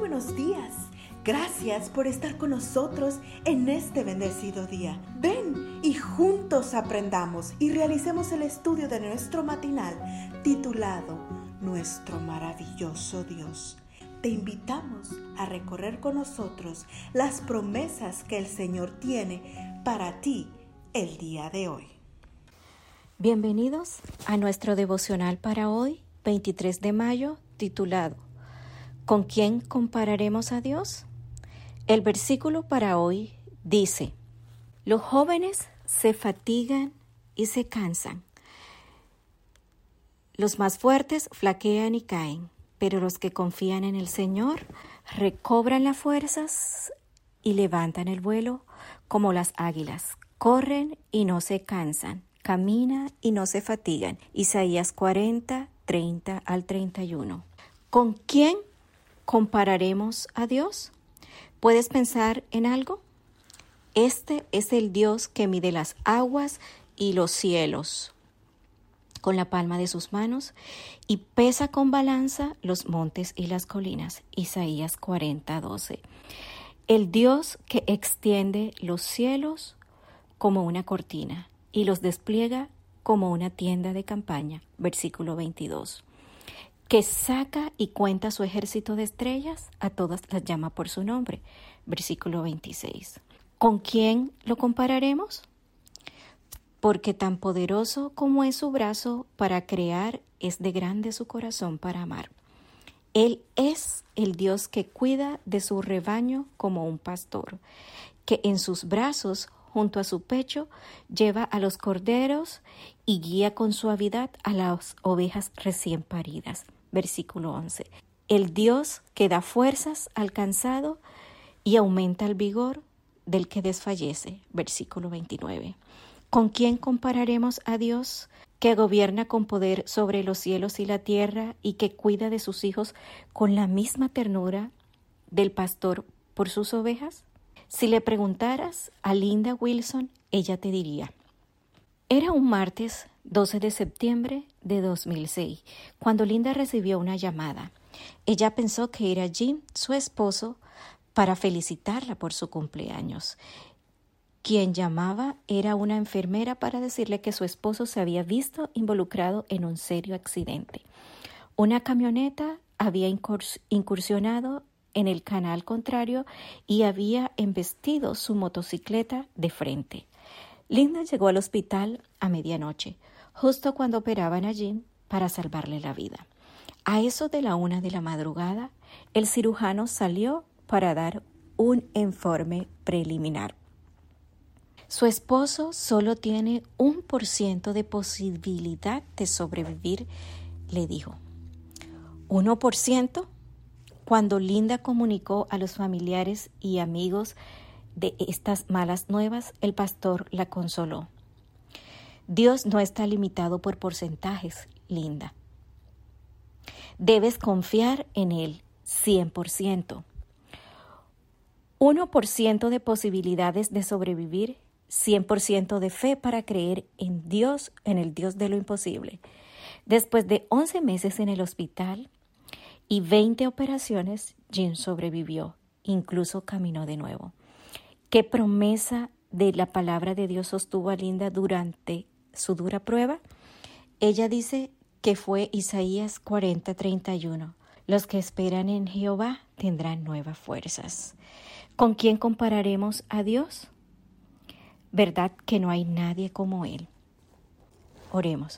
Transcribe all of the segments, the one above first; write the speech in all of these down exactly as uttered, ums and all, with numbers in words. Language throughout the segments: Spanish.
buenos días. Gracias por estar con nosotros en este bendecido día. Ven y juntos aprendamos y realicemos el estudio de nuestro matinal titulado Nuestro maravilloso Dios. Te invitamos a recorrer con nosotros las promesas que el Señor tiene para ti el día de hoy. Bienvenidos a nuestro devocional para hoy, veintitrés de mayo, titulado ¿Con quién compararemos a Dios? El versículo para hoy dice: Los jóvenes se fatigan y se cansan. Los más fuertes flaquean y caen, pero los que confían en el Señor recobran las fuerzas y levantan el vuelo como las águilas. Corren y no se cansan, caminan y no se fatigan. Isaías cuarenta, treinta al treinta y uno. ¿Con quién compararemos a Dios? ¿Puedes pensar en algo? Este es el Dios que mide las aguas y los cielos con la palma de sus manos y pesa con balanza los montes y las colinas. Isaías cuarenta, doce. El Dios que extiende los cielos como una cortina y los despliega como una tienda de campaña. Versículo veintidós. Que saca y cuenta su ejército de estrellas, a todas las llama por su nombre. Versículo veintiséis. ¿Con quién lo compararemos? Porque tan poderoso como es su brazo para crear, es de grande su corazón para amar. Él es el Dios que cuida de su rebaño como un pastor, que en sus brazos, junto a su pecho, lleva a los corderos y guía con suavidad a las ovejas recién paridas. Versículo once. El Dios que da fuerzas al cansado y aumenta el vigor del que desfallece. Versículo veintinueve. ¿Con quién compararemos a Dios, que gobierna con poder sobre los cielos y la tierra y que cuida de sus hijos con la misma ternura del pastor por sus ovejas? Si le preguntaras a Linda Wilson, ella te diría: Era un martes doce de septiembre de dos mil seis, cuando Linda recibió una llamada. Ella pensó que era Jim, su esposo, para felicitarla por su cumpleaños. Quien llamaba era una enfermera para decirle que su esposo se había visto involucrado en un serio accidente. Una camioneta había incursionado en el canal contrario y había embestido su motocicleta de frente. Linda llegó al hospital a medianoche, justo cuando operaban a Jim para salvarle la vida. A eso de la una de la madrugada, el cirujano salió para dar un informe preliminar. Su esposo solo tiene un por ciento de posibilidad de sobrevivir, le dijo. ¿Uno por ciento? Cuando Linda comunicó a los familiares y amigos de estas malas nuevas, el pastor la consoló. Dios no está limitado por porcentajes, Linda. Debes confiar en Él cien por ciento. uno por ciento de posibilidades de sobrevivir, cien por ciento de fe para creer en Dios, en el Dios de lo imposible. Después de once meses en el hospital y veinte operaciones, Jim sobrevivió, incluso caminó de nuevo. ¿Qué promesa de la palabra de Dios sostuvo a Linda durante su dura prueba? Ella dice que fue Isaías cuarenta, treinta y uno. Los que esperan en Jehová tendrán nuevas fuerzas. ¿Con quién compararemos a Dios? ¿Verdad que no hay nadie como Él? Oremos.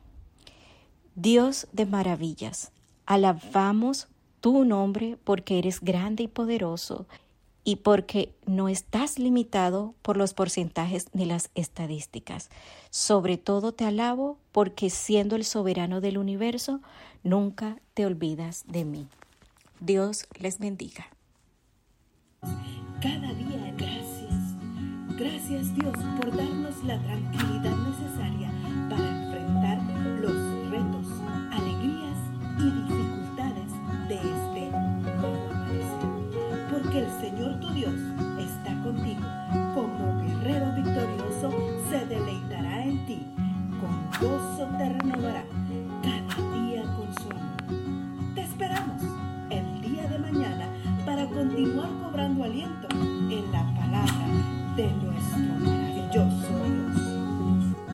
Dios de maravillas, alabamos tu nombre porque eres grande y poderoso y porque no estás limitado por los porcentajes ni las estadísticas. Sobre todo te alabo porque siendo el soberano del universo, nunca te olvidas de mí. Dios les bendiga. Cada día gracias. Gracias Dios por darnos la tranquilidad necesaria para enfrentar los retos, alegrías y dificultades de este nuevo amanecer. Porque el Señor tu Dios está contigo. Como guerrero victorioso se deleitará en ti. Con gozo te renovará cada día con su amor. Te esperamos el día de mañana continuar cobrando aliento en